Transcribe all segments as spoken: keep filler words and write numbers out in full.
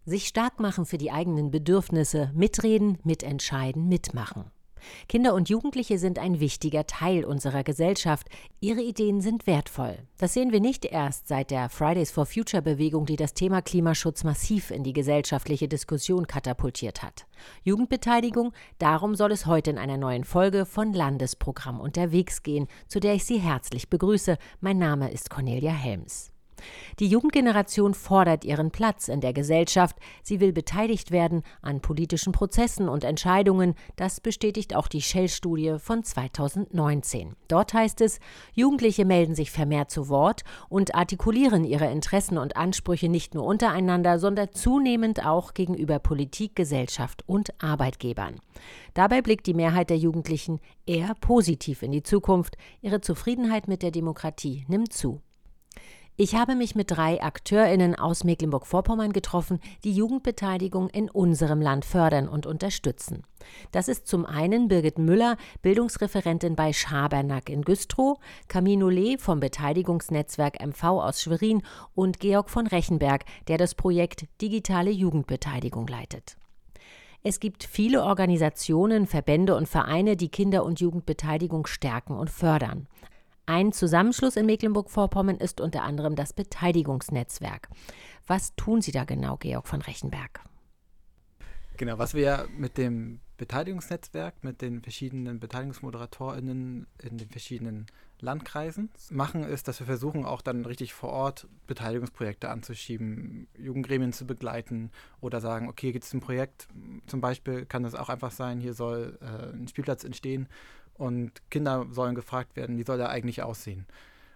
Sich stark machen für die eigenen Bedürfnisse, mitreden, mitentscheiden, mitmachen. Kinder und Jugendliche sind ein wichtiger Teil unserer Gesellschaft. Ihre Ideen sind wertvoll. Das sehen wir nicht erst seit der Fridays for Future-Bewegung, die das Thema Klimaschutz massiv in die gesellschaftliche Diskussion katapultiert hat. Jugendbeteiligung, darum soll es heute in einer neuen Folge von Landesprogramm unterwegs gehen, zu der ich Sie herzlich begrüße. Mein Name ist Cornelia Helms. Die Jugendgeneration fordert ihren Platz in der Gesellschaft. Sie will beteiligt werden an politischen Prozessen und Entscheidungen. Das bestätigt auch die Shell-Studie von zweitausendneunzehn. Dort heißt es, Jugendliche melden sich vermehrt zu Wort und artikulieren ihre Interessen und Ansprüche nicht nur untereinander, sondern zunehmend auch gegenüber Politik, Gesellschaft und Arbeitgebern. Dabei blickt die Mehrheit der Jugendlichen eher positiv in die Zukunft. Ihre Zufriedenheit mit der Demokratie nimmt zu. Ich habe mich mit drei AkteurInnen aus Mecklenburg-Vorpommern getroffen, die Jugendbeteiligung in unserem Land fördern und unterstützen. Das ist zum einen Birgit Müller, Bildungsreferentin bei Schabernack in Güstrow, Camille Nollet vom Beteiligungsnetzwerk M V aus Schwerin und Georg von Rechenberg, der das Projekt Digitale Jugendbeteiligung leitet. Es gibt viele Organisationen, Verbände und Vereine, die Kinder- und Jugendbeteiligung stärken und fördern. Ein Zusammenschluss in Mecklenburg-Vorpommern ist unter anderem das Beteiligungsnetzwerk. Was tun Sie da genau, Georg von Rechenberg? Genau, was wir mit dem Beteiligungsnetzwerk, mit den verschiedenen BeteiligungsmoderatorInnen in den verschiedenen Landkreisen machen, ist, dass wir versuchen, auch dann richtig vor Ort Beteiligungsprojekte anzuschieben, Jugendgremien zu begleiten oder sagen, okay, gibt es ein Projekt, zum Beispiel kann das auch einfach sein, hier soll äh, ein Spielplatz entstehen und Kinder sollen gefragt werden, wie soll er eigentlich aussehen?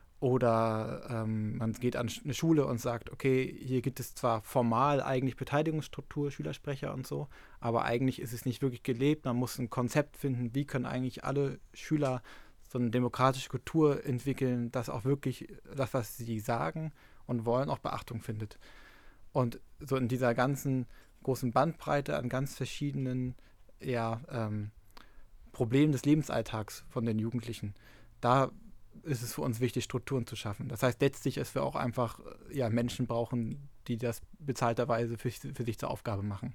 Oder ähm, man geht an eine Schule und sagt, okay, hier gibt es zwar formal eigentlich Beteiligungsstruktur, Schülersprecher und so, aber eigentlich ist es nicht wirklich gelebt. Man muss ein Konzept finden, wie können eigentlich alle Schüler so eine demokratische Kultur entwickeln, dass auch wirklich das, was sie sagen und wollen, auch Beachtung findet. Und so in dieser ganzen großen Bandbreite an ganz verschiedenen ja, ähm, Problemen des Lebensalltags von den Jugendlichen, da ist es für uns wichtig, Strukturen zu schaffen. Das heißt letztlich, dass wir auch einfach ja, Menschen brauchen, die das bezahlterweise für, für sich zur Aufgabe machen.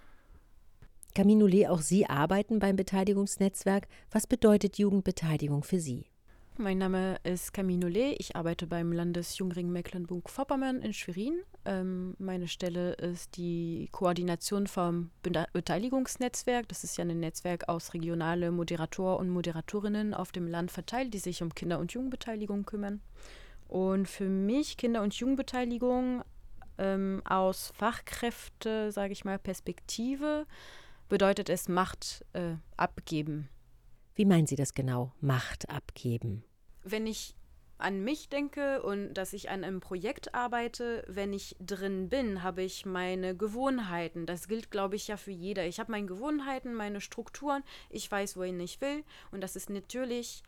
Camille Nollet, auch Sie arbeiten beim Beteiligungsnetzwerk. Was bedeutet Jugendbeteiligung für Sie? Mein Name ist Camille Nollet. Ich arbeite beim Landesjugendring Mecklenburg-Vorpommern in Schwerin. Ähm, meine Stelle ist die Koordination vom Be- Beteiligungsnetzwerk. Das ist ja ein Netzwerk aus regionale Moderator und Moderatorinnen auf dem Land verteilt, die sich um Kinder- und Jugendbeteiligung kümmern. Und für mich Kinder- und Jugendbeteiligung ähm, aus Fachkräfte, sage ich mal, Perspektive, bedeutet es Macht äh, abgeben. Wie meinen Sie das genau, Macht abgeben? Wenn ich an mich denke und dass ich an einem Projekt arbeite, wenn ich drin bin, habe ich meine Gewohnheiten. Das gilt, glaube ich, ja für jeder. Ich habe meine Gewohnheiten, meine Strukturen, ich weiß, wohin ich will und das ist natürlich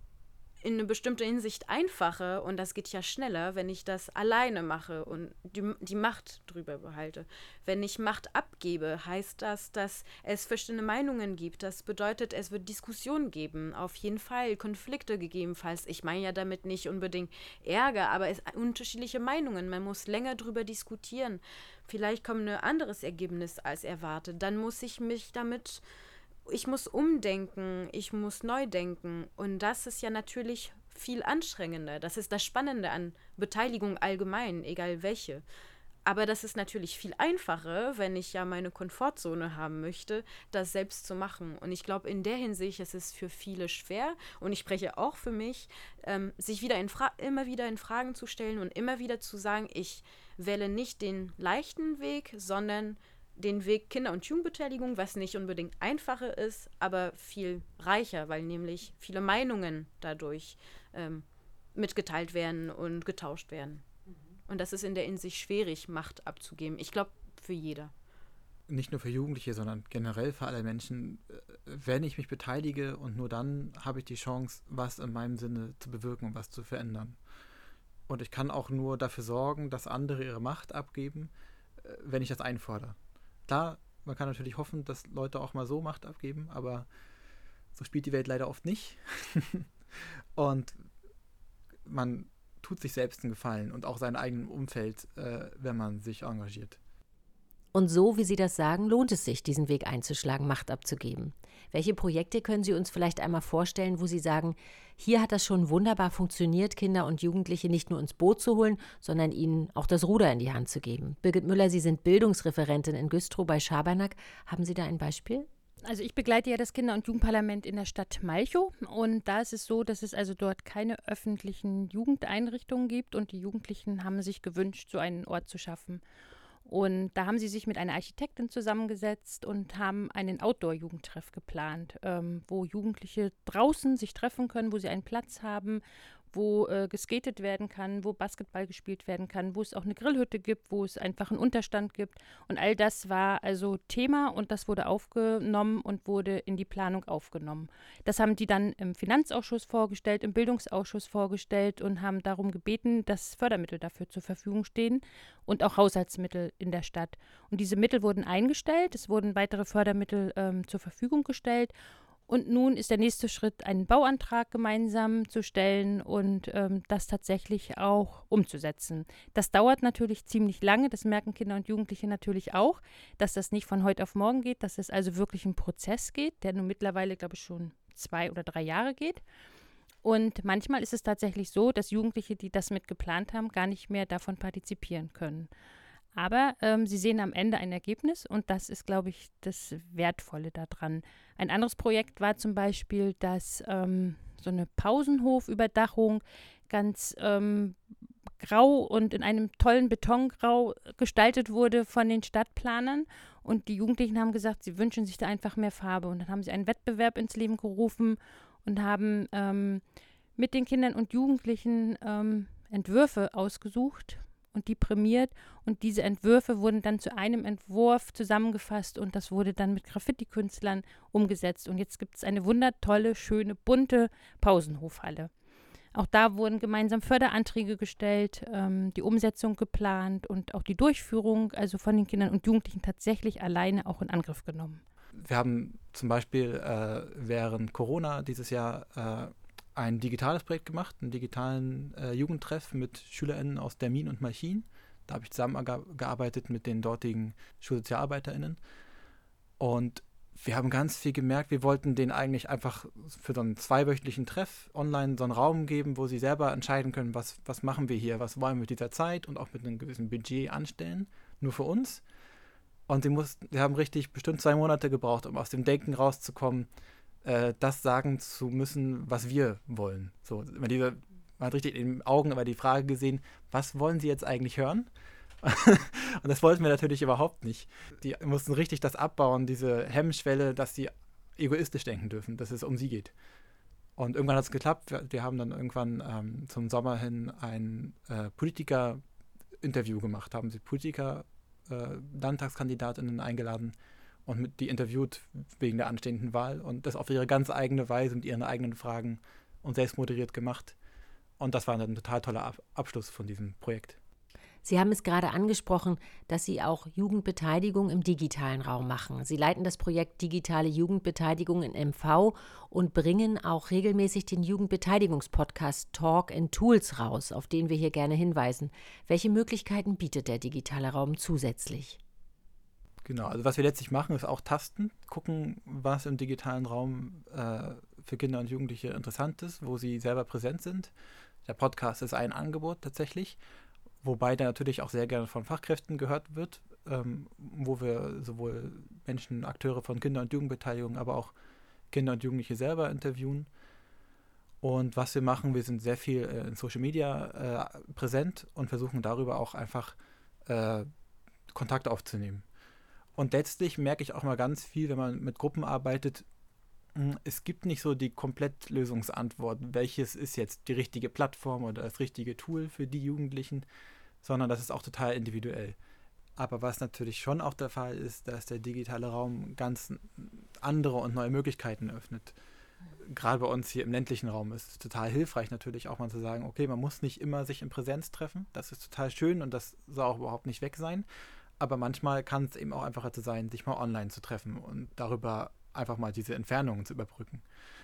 in eine bestimmte Hinsicht einfacher und das geht ja schneller, wenn ich das alleine mache und die, die Macht drüber behalte. Wenn ich Macht abgebe, heißt das, dass es verschiedene Meinungen gibt. Das bedeutet, es wird Diskussionen geben, auf jeden Fall, Konflikte gegebenenfalls. Ich meine ja damit nicht unbedingt Ärger, aber es unterschiedliche Meinungen. Man muss länger drüber diskutieren. Vielleicht kommt ein anderes Ergebnis als erwartet. Dann muss ich mich damit Ich muss umdenken, ich muss neu denken und das ist ja natürlich viel anstrengender. Das ist das Spannende an Beteiligung allgemein, egal welche. Aber das ist natürlich viel einfacher, wenn ich ja meine Komfortzone haben möchte, das selbst zu machen. Und ich glaube, in der Hinsicht ist es für viele schwer und ich spreche auch für mich, ähm, sich wieder in Fra- immer wieder in Fragen zu stellen und immer wieder zu sagen, ich wähle nicht den leichten Weg, sondern den Weg Kinder- und Jugendbeteiligung, was nicht unbedingt einfacher ist, aber viel reicher, weil nämlich viele Meinungen dadurch ähm, mitgeteilt werden und getauscht werden. Mhm. Und das ist in der Hinsicht schwierig, Macht abzugeben. Ich glaube, für jeder. Nicht nur für Jugendliche, sondern generell für alle Menschen, wenn ich mich beteilige und nur dann habe ich die Chance, was in meinem Sinne zu bewirken und was zu verändern. Und ich kann auch nur dafür sorgen, dass andere ihre Macht abgeben, wenn ich das einfordere. Klar, man kann natürlich hoffen, dass Leute auch mal so Macht abgeben, aber so spielt die Welt leider oft nicht. Und man tut sich selbst einen Gefallen und auch seinem eigenen Umfeld, äh, wenn man sich engagiert. Und so, wie Sie das sagen, lohnt es sich, diesen Weg einzuschlagen, Macht abzugeben. Welche Projekte können Sie uns vielleicht einmal vorstellen, wo Sie sagen, hier hat das schon wunderbar funktioniert, Kinder und Jugendliche nicht nur ins Boot zu holen, sondern ihnen auch das Ruder in die Hand zu geben? Birgit Müller, Sie sind Bildungsreferentin in Güstrow bei Schabernack. Haben Sie da ein Beispiel? Also ich begleite ja das Kinder- und Jugendparlament in der Stadt Malchow und da ist es so, dass es also dort keine öffentlichen Jugendeinrichtungen gibt und die Jugendlichen haben sich gewünscht, so einen Ort zu schaffen. Und da haben sie sich mit einer Architektin zusammengesetzt und haben einen Outdoor-Jugendtreff geplant, ähm, wo Jugendliche draußen sich treffen können, wo sie einen Platz haben, wo äh, geskatet werden kann, wo Basketball gespielt werden kann, wo es auch eine Grillhütte gibt, wo es einfach einen Unterstand gibt. Und all das war also Thema und das wurde aufgenommen und wurde in die Planung aufgenommen. Das haben die dann im Finanzausschuss vorgestellt, im Bildungsausschuss vorgestellt und haben darum gebeten, dass Fördermittel dafür zur Verfügung stehen und auch Haushaltsmittel in der Stadt. Und diese Mittel wurden eingestellt, es wurden weitere Fördermittel ähm, zur Verfügung gestellt. Und nun ist der nächste Schritt, einen Bauantrag gemeinsam zu stellen und ähm, das tatsächlich auch umzusetzen. Das dauert natürlich ziemlich lange, das merken Kinder und Jugendliche natürlich auch, dass das nicht von heute auf morgen geht, dass es also wirklich ein Prozess geht, der nun mittlerweile, glaube ich, schon zwei oder drei Jahre geht. Und manchmal ist es tatsächlich so, dass Jugendliche, die das mit geplant haben, gar nicht mehr davon partizipieren können. Aber ähm, sie sehen am Ende ein Ergebnis und das ist, glaube ich, das Wertvolle daran. Ein anderes Projekt war zum Beispiel, dass ähm, so eine Pausenhofüberdachung ganz ähm, grau und in einem tollen Betongrau gestaltet wurde von den Stadtplanern. Und die Jugendlichen haben gesagt, sie wünschen sich da einfach mehr Farbe. Und dann haben sie einen Wettbewerb ins Leben gerufen und haben ähm, mit den Kindern und Jugendlichen ähm, Entwürfe ausgesucht und die prämiert und diese Entwürfe wurden dann zu einem Entwurf zusammengefasst und das wurde dann mit Graffiti-Künstlern umgesetzt und jetzt gibt es eine wundertolle, schöne, bunte Pausenhofhalle. Auch da wurden gemeinsam Förderanträge gestellt, ähm, die Umsetzung geplant und auch die Durchführung, also von den Kindern und Jugendlichen tatsächlich alleine auch in Angriff genommen. Wir haben zum Beispiel äh, während Corona dieses Jahr äh, ein digitales Projekt gemacht, einen digitalen äh, Jugendtreff mit SchülerInnen aus Dermin und Malchin. Da habe ich zusammengearbeitet mit den dortigen SchulsozialarbeiterInnen. Und wir haben ganz viel gemerkt, wir wollten denen eigentlich einfach für so einen zweiwöchentlichen Treff online so einen Raum geben, wo sie selber entscheiden können, was, was machen wir hier, was wollen wir mit dieser Zeit und auch mit einem gewissen Budget anstellen, nur für uns. Und sie mussten, wir haben richtig bestimmt zwei Monate gebraucht, um aus dem Denken rauszukommen, äh, das sagen zu müssen, was wir wollen. So, man, diese, man hat richtig in den Augen aber die Frage gesehen, was wollen sie jetzt eigentlich hören? Und das wollten wir natürlich überhaupt nicht. Die mussten richtig das abbauen, diese Hemmschwelle, dass sie egoistisch denken dürfen, dass es um sie geht. Und irgendwann hat es geklappt. Wir, wir haben dann irgendwann ähm, zum Sommer hin ein äh, Politiker-Interview gemacht, haben sie Politiker, äh, Landtagskandidatinnen eingeladen und mit die interviewt wegen der anstehenden Wahl und das auf ihre ganz eigene Weise mit ihren eigenen Fragen und selbst moderiert gemacht. Und das war dann ein total toller Ab- Abschluss von diesem Projekt. Sie haben es gerade angesprochen, dass Sie auch Jugendbeteiligung im digitalen Raum machen. Sie leiten das Projekt Digitale Jugendbeteiligung in M V und bringen auch regelmäßig den Jugendbeteiligungspodcast Talk and Tools raus, auf den wir hier gerne hinweisen. Welche Möglichkeiten bietet der digitale Raum zusätzlich? Genau, also was wir letztlich machen, ist auch tasten, gucken, was im digitalen Raum äh, für Kinder und Jugendliche interessant ist, wo sie selber präsent sind. Der Podcast ist ein Angebot tatsächlich, wobei der natürlich auch sehr gerne von Fachkräften gehört wird, ähm, wo wir sowohl Menschen, Akteure von Kinder- und Jugendbeteiligung, aber auch Kinder und Jugendliche selber interviewen. Und was wir machen, wir sind sehr viel äh, in Social Media äh, präsent und versuchen darüber auch einfach äh, Kontakt aufzunehmen. Und letztlich merke ich auch mal ganz viel, wenn man mit Gruppen arbeitet, es gibt nicht so die Komplettlösungsantwort, welches ist jetzt die richtige Plattform oder das richtige Tool für die Jugendlichen, sondern das ist auch total individuell. Aber was natürlich schon auch der Fall ist, dass der digitale Raum ganz andere und neue Möglichkeiten öffnet. Gerade bei uns hier im ländlichen Raum ist es total hilfreich natürlich auch mal zu sagen, okay, man muss nicht immer sich in Präsenz treffen, das ist total schön und das soll auch überhaupt nicht weg sein. Aber manchmal kann es eben auch einfacher zu sein, sich mal online zu treffen und darüber einfach mal diese Entfernungen zu überbrücken.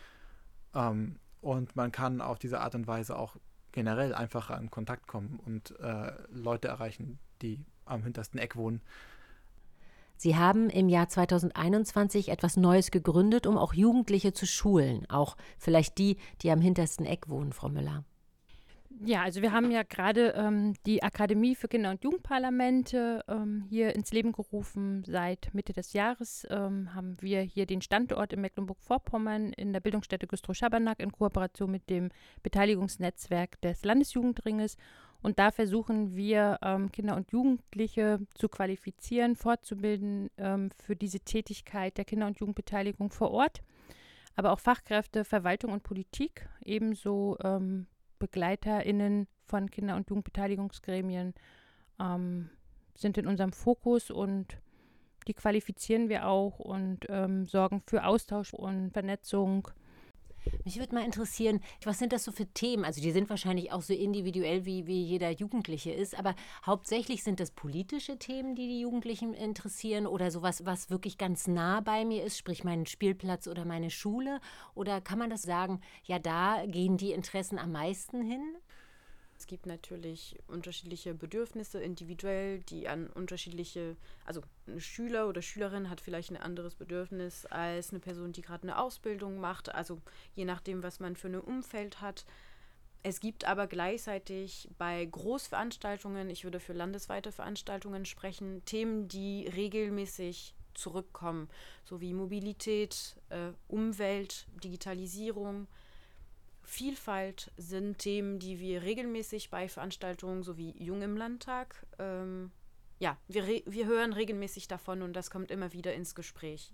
Ähm, und man kann auf diese Art und Weise auch generell einfacher in Kontakt kommen und äh, Leute erreichen, die am hintersten Eck wohnen. Sie haben im Jahr zweitausendeinundzwanzig etwas Neues gegründet, um auch Jugendliche zu schulen, auch vielleicht die, die am hintersten Eck wohnen, Frau Müller. Ja, also wir haben ja gerade ähm, die Akademie für Kinder- und Jugendparlamente ähm, hier ins Leben gerufen. Seit Mitte des Jahres ähm, haben wir hier den Standort in Mecklenburg-Vorpommern in der Bildungsstätte Güstrow-Schabernack in Kooperation mit dem Beteiligungsnetzwerk des Landesjugendringes. Und da versuchen wir, ähm, Kinder und Jugendliche zu qualifizieren, fortzubilden ähm, für diese Tätigkeit der Kinder- und Jugendbeteiligung vor Ort. Aber auch Fachkräfte, Verwaltung und Politik, ebenso ähm, BegleiterInnen von Kinder- und Jugendbeteiligungsgremien ähm, sind in unserem Fokus und die qualifizieren wir auch und ähm, sorgen für Austausch und Vernetzung. Mich würde mal interessieren, was sind das so für Themen? Also die sind wahrscheinlich auch so individuell, wie, wie jeder Jugendliche ist, aber hauptsächlich sind das politische Themen, die die Jugendlichen interessieren oder sowas, was wirklich ganz nah bei mir ist, sprich meinen Spielplatz oder meine Schule? Oder kann man das sagen, ja, da gehen die Interessen am meisten hin? Es gibt natürlich unterschiedliche Bedürfnisse individuell, die an unterschiedliche, also ein Schüler oder Schülerin hat vielleicht ein anderes Bedürfnis als eine Person, die gerade eine Ausbildung macht, also je nachdem, was man für ein Umfeld hat. Es gibt aber gleichzeitig bei Großveranstaltungen, ich würde für landesweite Veranstaltungen sprechen, Themen, die regelmäßig zurückkommen, so wie Mobilität, äh, Umwelt, Digitalisierung. Vielfalt sind Themen, die wir regelmäßig bei Veranstaltungen sowie Jung im Landtag, ähm, ja, wir, re- wir hören regelmäßig davon und das kommt immer wieder ins Gespräch.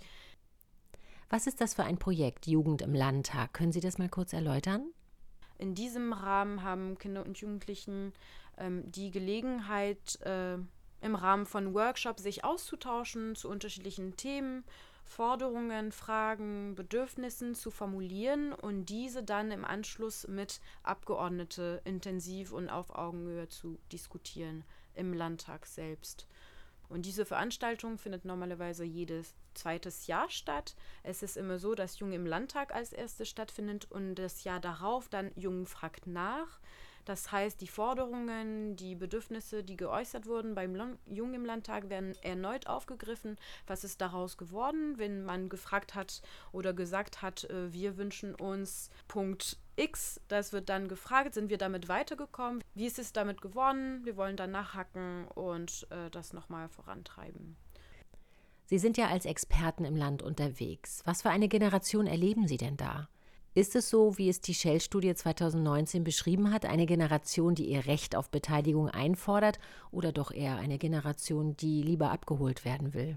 Was ist das für ein Projekt, Jugend im Landtag? Können Sie das mal kurz erläutern? In diesem Rahmen haben Kinder und Jugendlichen ähm, die Gelegenheit, äh, im Rahmen von Workshops sich auszutauschen zu unterschiedlichen Themen, Forderungen, Fragen, Bedürfnissen zu formulieren und diese dann im Anschluss mit Abgeordneten intensiv und auf Augenhöhe zu diskutieren im Landtag selbst. Und diese Veranstaltung findet normalerweise jedes zweites Jahr statt. Es ist immer so, dass Jung im Landtag als erstes stattfindet und das Jahr darauf dann Jung fragt nach. Das heißt, die Forderungen, die Bedürfnisse, die geäußert wurden beim Long- Jung im Landtag, werden erneut aufgegriffen. Was ist daraus geworden, wenn man gefragt hat oder gesagt hat, äh, wir wünschen uns Punkt X, das wird dann gefragt, sind wir damit weitergekommen? Wie ist es damit geworden? Wir wollen dann nachhaken und äh, das nochmal vorantreiben. Sie sind ja als Experten im Land unterwegs. Was für eine Generation erleben Sie denn da? Ist es so, wie es die Shell-Studie zweitausendneunzehn beschrieben hat, eine Generation, die ihr Recht auf Beteiligung einfordert oder doch eher eine Generation, die lieber abgeholt werden will?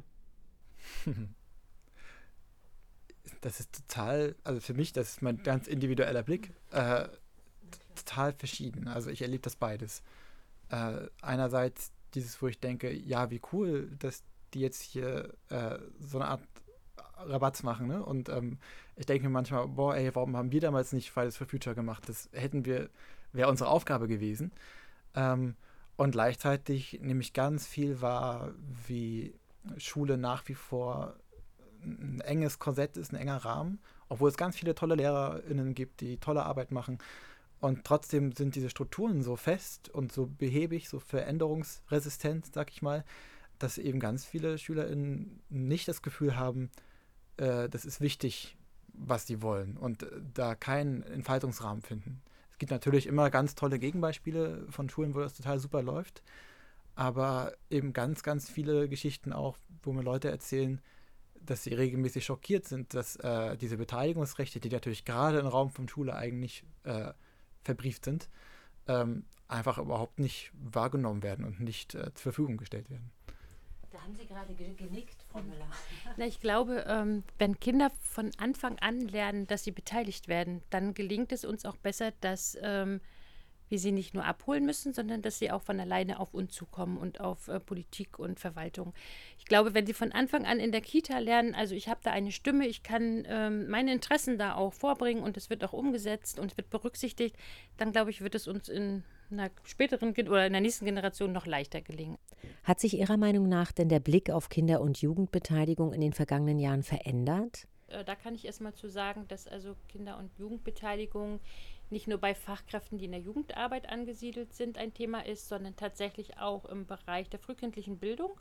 Das ist total, also für mich, das ist mein ganz individueller Blick, äh, total verschieden. Also ich erlebe das beides. Äh, einerseits dieses, wo ich denke, ja, wie cool, dass die jetzt hier äh, so eine Art Rabatz machen, ne? Und ähm, ich denke mir manchmal, boah, ey, warum haben wir damals nicht Fridays for Future gemacht? Das hätten wir, wäre unsere Aufgabe gewesen. Ähm, und gleichzeitig nehme ich ganz viel wahr, wie Schule nach wie vor ein enges Korsett ist, ein enger Rahmen, obwohl es ganz viele tolle LehrerInnen gibt, die tolle Arbeit machen. Und trotzdem sind diese Strukturen so fest und so behäbig, so veränderungsresistent, sag ich mal, dass eben ganz viele SchülerInnen nicht das Gefühl haben, äh, das ist wichtig, was sie wollen und äh, da keinen Entfaltungsrahmen finden. Es gibt natürlich immer ganz tolle Gegenbeispiele von Schulen, wo das total super läuft, aber eben ganz, ganz viele Geschichten auch, wo mir Leute erzählen, dass sie regelmäßig schockiert sind, dass äh, diese Beteiligungsrechte, die natürlich gerade im Raum von Schule eigentlich äh, verbrieft sind, ähm, einfach überhaupt nicht wahrgenommen werden und nicht äh, zur Verfügung gestellt werden. Da haben Sie gerade genickt, Frau Müller. Na, ich glaube, ähm, wenn Kinder von Anfang an lernen, dass sie beteiligt werden, dann gelingt es uns auch besser, dass ähm, wir sie nicht nur abholen müssen, sondern dass sie auch von alleine auf uns zukommen und auf äh, Politik und Verwaltung. Ich glaube, wenn sie von Anfang an in der Kita lernen, also ich habe da eine Stimme, ich kann ähm, meine Interessen da auch vorbringen und es wird auch umgesetzt und es wird berücksichtigt, dann glaube ich, wird es uns in einer späteren oder in der nächsten Generation noch leichter gelingen. Hat sich Ihrer Meinung nach denn der Blick auf Kinder- und Jugendbeteiligung in den vergangenen Jahren verändert? Da kann ich erst mal zu sagen, dass also Kinder- und Jugendbeteiligung nicht nur bei Fachkräften, die in der Jugendarbeit angesiedelt sind, ein Thema ist, sondern tatsächlich auch im Bereich der frühkindlichen Bildung.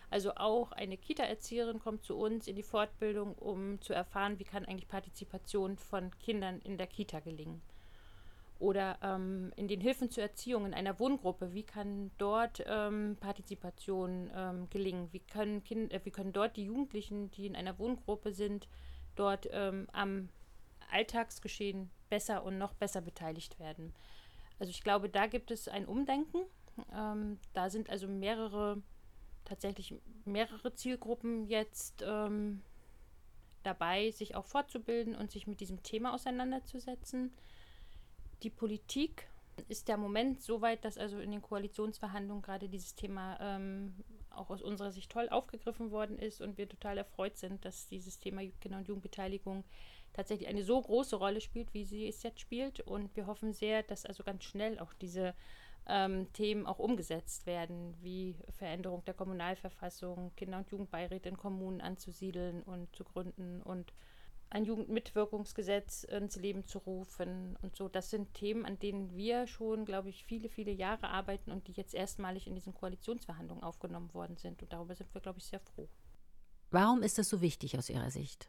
Also auch eine Kita-Erzieherin kommt zu uns in die Fortbildung, um zu erfahren, wie kann eigentlich Partizipation von Kindern in der Kita gelingen. Oder ähm, in den Hilfen zur Erziehung in einer Wohngruppe, wie kann dort ähm, Partizipation ähm, gelingen? Wie können, kind, äh, wie können dort die Jugendlichen, die in einer Wohngruppe sind, dort ähm, am Alltagsgeschehen besser und noch besser beteiligt werden? Also ich glaube, da gibt es ein Umdenken. Ähm, da sind also mehrere, tatsächlich mehrere Zielgruppen jetzt ähm, dabei, sich auch fortzubilden und sich mit diesem Thema auseinanderzusetzen. Die Politik ist der Moment so weit, dass also in den Koalitionsverhandlungen gerade dieses Thema ähm, auch aus unserer Sicht toll aufgegriffen worden ist und wir total erfreut sind, dass dieses Thema Kinder- und Jugendbeteiligung tatsächlich eine so große Rolle spielt, wie sie es jetzt spielt. Und wir hoffen sehr, dass also ganz schnell auch diese ähm, Themen auch umgesetzt werden, wie Veränderung der Kommunalverfassung, Kinder- und Jugendbeiräte in Kommunen anzusiedeln und zu gründen und ein Jugendmitwirkungsgesetz ins Leben zu rufen und so. Das sind Themen, an denen wir schon, glaube ich, viele, viele Jahre arbeiten und die jetzt erstmalig in diesen Koalitionsverhandlungen aufgenommen worden sind. Und darüber sind wir, glaube ich, sehr froh. Warum ist das so wichtig aus Ihrer Sicht?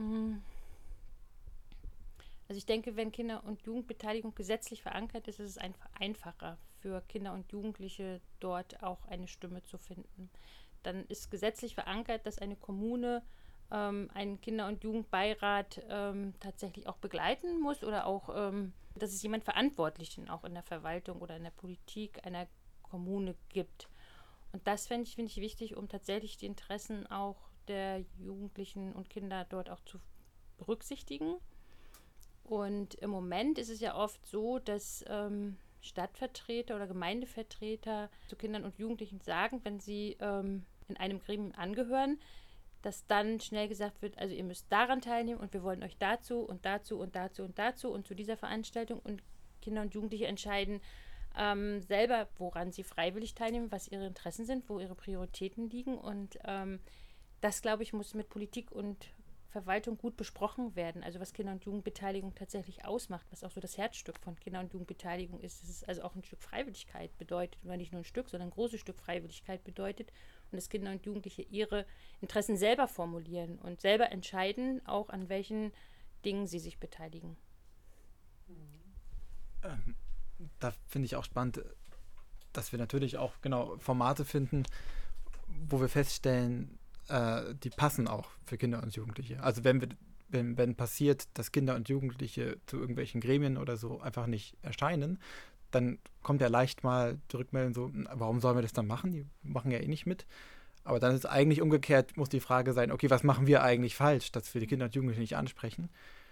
Also ich denke, wenn Kinder- und Jugendbeteiligung gesetzlich verankert ist, ist es einfach einfacher für Kinder und Jugendliche, dort auch eine Stimme zu finden. Dann ist gesetzlich verankert, dass eine Kommune ähm, einen Kinder- und Jugendbeirat ähm, tatsächlich auch begleiten muss oder auch, ähm, dass es jemand Verantwortlichen auch in der Verwaltung oder in der Politik einer Kommune gibt. Und das finde ich, finde ich wichtig, um tatsächlich die Interessen auch der Jugendlichen und Kinder dort auch zu berücksichtigen. Und im Moment ist es ja oft so, dass ähm, Stadtvertreter oder Gemeindevertreter zu Kindern und Jugendlichen sagen, wenn sie ähm, in einem Gremium angehören, dass dann schnell gesagt wird, also ihr müsst daran teilnehmen und wir wollen euch dazu und dazu und dazu und dazu und zu dieser Veranstaltung. Und Kinder und Jugendliche entscheiden ähm, selber, woran sie freiwillig teilnehmen, was ihre Interessen sind, wo ihre Prioritäten liegen. Und ähm, das, glaube ich, muss mit Politik und Verwaltung gut besprochen werden, also was Kinder- und Jugendbeteiligung tatsächlich ausmacht, was auch so das Herzstück von Kinder- und Jugendbeteiligung ist, dass es also auch ein Stück Freiwilligkeit bedeutet, oder nicht nur ein Stück, sondern ein großes Stück Freiwilligkeit bedeutet und dass Kinder und Jugendliche ihre Interessen selber formulieren und selber entscheiden, auch an welchen Dingen sie sich beteiligen. Ähm, da finde ich auch spannend, dass wir natürlich auch genau Formate finden, wo wir feststellen, die passen auch für Kinder und Jugendliche. Also wenn wir, wenn, wenn passiert, dass Kinder und Jugendliche zu irgendwelchen Gremien oder so einfach nicht erscheinen, dann kommt ja leicht mal die Rückmeldung so, warum sollen wir das dann machen? Die machen ja eh nicht mit. Aber dann ist eigentlich umgekehrt, muss die Frage sein, okay, was machen wir eigentlich falsch, dass wir die Kinder und Jugendlichen nicht ansprechen?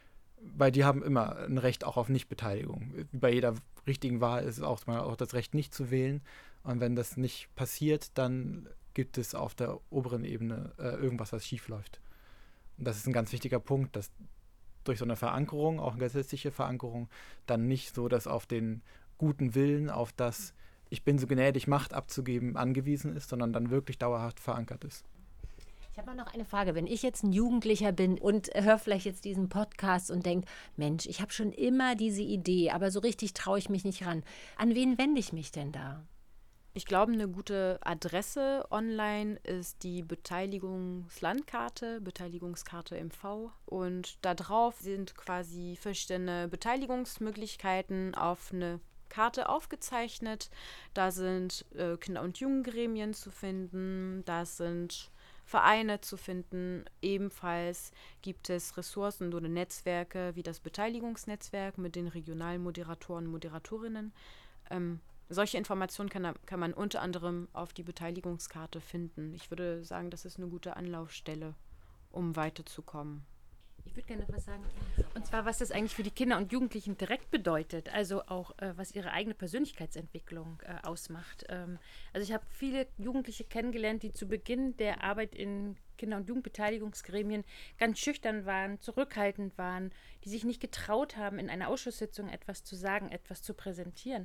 Weil die haben immer ein Recht auch auf Nichtbeteiligung. Wie bei jeder richtigen Wahl ist es auch, auch das Recht, nicht zu wählen. Und wenn das nicht passiert, dann gibt es auf der oberen Ebene äh, irgendwas, was schief läuft. Und das ist ein ganz wichtiger Punkt, dass durch so eine Verankerung, auch eine gesetzliche Verankerung, dann nicht so, dass auf den guten Willen, auf das ich bin so gnädig, Macht abzugeben, angewiesen ist, sondern dann wirklich dauerhaft verankert ist. Ich habe mal noch eine Frage. Wenn ich jetzt ein Jugendlicher bin und höre vielleicht jetzt diesen Podcast und denke, Mensch, ich habe schon immer diese Idee, aber so richtig traue ich mich nicht ran. An wen wende ich mich denn da? Ich glaube, eine gute Adresse online ist die Beteiligungslandkarte, Beteiligungskarte M V. Und da drauf sind quasi verschiedene Beteiligungsmöglichkeiten auf eine Karte aufgezeichnet. Da sind äh, Kinder- und Jugendgremien zu finden, da sind Vereine zu finden. Ebenfalls gibt es Ressourcen oder Netzwerke wie das Beteiligungsnetzwerk mit den regionalen Moderatoren und Moderatorinnen. Ähm, Solche Informationen kann, kann man unter anderem auf die Beteiligungskarte finden. Ich würde sagen, das ist eine gute Anlaufstelle, um weiterzukommen. Ich würde gerne noch was sagen. Und zwar, was das eigentlich für die Kinder und Jugendlichen direkt bedeutet. Also auch, äh, was ihre eigene Persönlichkeitsentwicklung äh, ausmacht. Ähm, also ich habe viele Jugendliche kennengelernt, die zu Beginn der Arbeit in Kinder- und Jugendbeteiligungsgremien ganz schüchtern waren, zurückhaltend waren, die sich nicht getraut haben, in einer Ausschusssitzung etwas zu sagen, etwas zu präsentieren.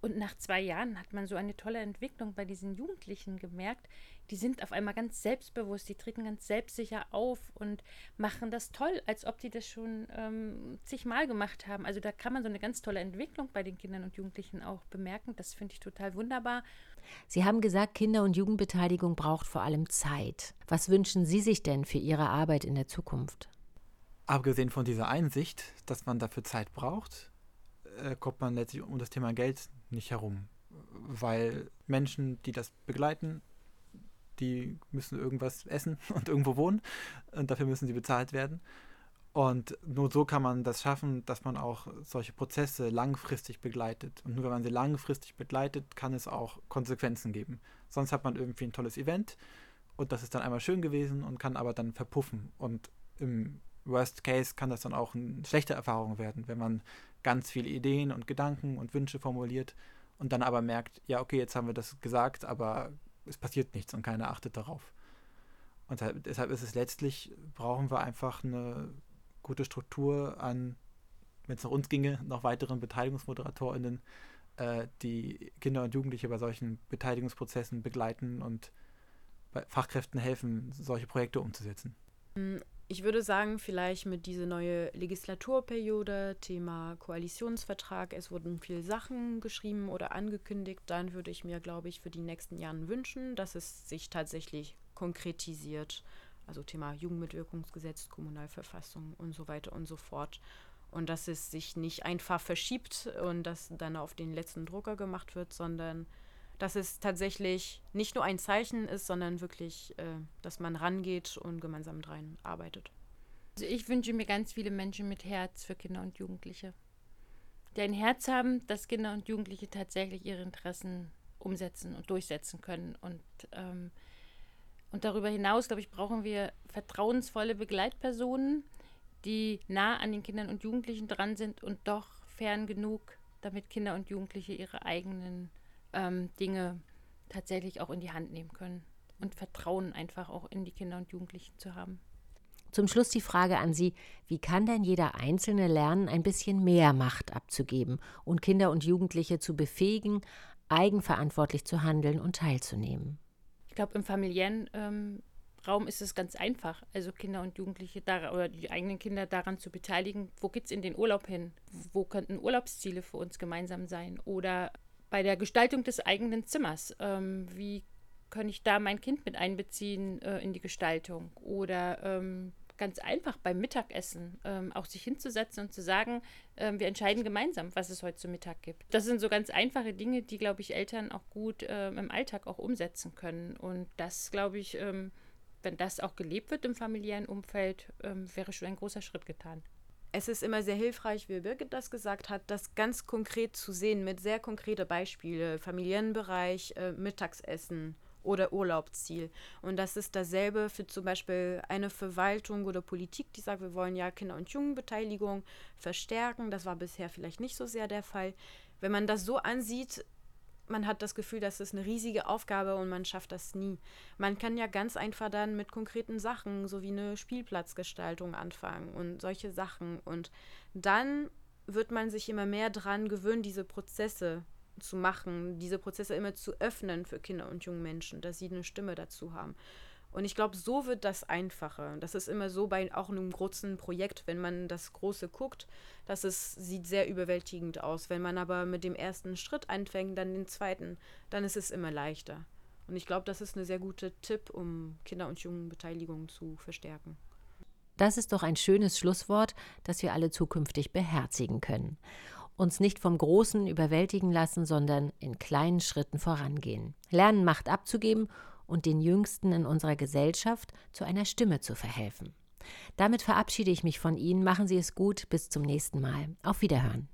Und nach zwei Jahren hat man so eine tolle Entwicklung bei diesen Jugendlichen gemerkt. Die sind auf einmal ganz selbstbewusst, die treten ganz selbstsicher auf und machen das toll, als ob die das schon ähm, zigmal gemacht haben. Also da kann man so eine ganz tolle Entwicklung bei den Kindern und Jugendlichen auch bemerken. Das finde ich total wunderbar. Sie haben gesagt, Kinder- und Jugendbeteiligung braucht vor allem Zeit. Was wünschen Sie sich denn für Ihre Arbeit in der Zukunft? Abgesehen von dieser Einsicht, dass man dafür Zeit braucht, äh, kommt man letztlich um das Thema Geld nicht herum. Weil Menschen, die das begleiten, die müssen irgendwas essen und irgendwo wohnen und dafür müssen sie bezahlt werden. Und nur so kann man das schaffen, dass man auch solche Prozesse langfristig begleitet. Und nur wenn man sie langfristig begleitet, kann es auch Konsequenzen geben. Sonst hat man irgendwie ein tolles Event und das ist dann einmal schön gewesen und kann aber dann verpuffen. Und im Worst Case kann das dann auch eine schlechte Erfahrung werden, wenn man ganz viele Ideen und Gedanken und Wünsche formuliert und dann aber merkt, ja okay, jetzt haben wir das gesagt, aber es passiert nichts und keiner achtet darauf. Und deshalb ist es letztlich, brauchen wir einfach eine gute Struktur an, wenn es nach uns ginge, noch weiteren BeteiligungsmoderatorInnen, äh, die Kinder und Jugendliche bei solchen Beteiligungsprozessen begleiten und bei Fachkräften helfen, solche Projekte umzusetzen. Ich würde sagen, vielleicht mit dieser neuen Legislaturperiode, Thema Koalitionsvertrag, es wurden viele Sachen geschrieben oder angekündigt, dann würde ich mir, glaube ich, für die nächsten Jahre wünschen, dass es sich tatsächlich konkretisiert. Also Thema Jugendmitwirkungsgesetz, Kommunalverfassung und so weiter und so fort. Und dass es sich nicht einfach verschiebt und das dann auf den letzten Drucker gemacht wird, sondern dass es tatsächlich nicht nur ein Zeichen ist, sondern wirklich, äh, dass man rangeht und gemeinsam dran arbeitet. Also ich wünsche mir ganz viele Menschen mit Herz für Kinder und Jugendliche, die ein Herz haben, dass Kinder und Jugendliche tatsächlich ihre Interessen umsetzen und durchsetzen können. Und, ähm, und darüber hinaus, glaube ich, brauchen wir vertrauensvolle Begleitpersonen, die nah an den Kindern und Jugendlichen dran sind und doch fern genug, damit Kinder und Jugendliche ihre eigenen ähm, Dinge tatsächlich auch in die Hand nehmen können und Vertrauen einfach auch in die Kinder und Jugendlichen zu haben. Zum Schluss die Frage an Sie, wie kann denn jeder Einzelne lernen, ein bisschen mehr Macht abzugeben und Kinder und Jugendliche zu befähigen, eigenverantwortlich zu handeln und teilzunehmen? Ich glaube, im familiären ähm, Raum ist es ganz einfach, also Kinder und Jugendliche da, oder die eigenen Kinder daran zu beteiligen, wo geht es in den Urlaub hin? Wo könnten Urlaubsziele für uns gemeinsam sein? Oder bei der Gestaltung des eigenen Zimmers, ähm, wie kann ich da mein Kind mit einbeziehen äh, in die Gestaltung? Oder ähm, ganz einfach beim Mittagessen ähm, auch sich hinzusetzen und zu sagen, ähm, wir entscheiden gemeinsam, was es heute zu Mittag gibt. Das sind so ganz einfache Dinge, die, glaube ich, Eltern auch gut äh, im Alltag auch umsetzen können. Und das, glaube ich, ähm, wenn das auch gelebt wird im familiären Umfeld, ähm, wäre schon ein großer Schritt getan. Es ist immer sehr hilfreich, wie Birgit das gesagt hat, das ganz konkret zu sehen mit sehr konkreten Beispielen, familiären Bereich, äh, Mittagsessen oder Urlaubsziel. Und das ist dasselbe für zum Beispiel eine Verwaltung oder Politik, die sagt, wir wollen ja Kinder- und Jugendbeteiligung verstärken. Das war bisher vielleicht nicht so sehr der Fall. Wenn man das so ansieht, man hat das Gefühl, das ist eine riesige Aufgabe und man schafft das nie. Man kann ja ganz einfach dann mit konkreten Sachen, so wie eine Spielplatzgestaltung anfangen und solche Sachen. Und dann wird man sich immer mehr dran gewöhnen, diese Prozesse zu machen, diese Prozesse immer zu öffnen für Kinder und junge Menschen, dass sie eine Stimme dazu haben. Und ich glaube, so wird das einfacher. Das ist immer so bei auch einem großen Projekt, wenn man das Große guckt, dass es sieht sehr überwältigend aus. Wenn man aber mit dem ersten Schritt anfängt, dann den zweiten, dann ist es immer leichter. Und ich glaube, das ist ein sehr guter Tipp, um Kinder- und Jugendbeteiligung zu verstärken. Das ist doch ein schönes Schlusswort, das wir alle zukünftig beherzigen können. Uns nicht vom Großen überwältigen lassen, sondern in kleinen Schritten vorangehen. Lernen, Macht abzugeben und den Jüngsten in unserer Gesellschaft zu einer Stimme zu verhelfen. Damit verabschiede ich mich von Ihnen. Machen Sie es gut. Bis zum nächsten Mal. Auf Wiederhören.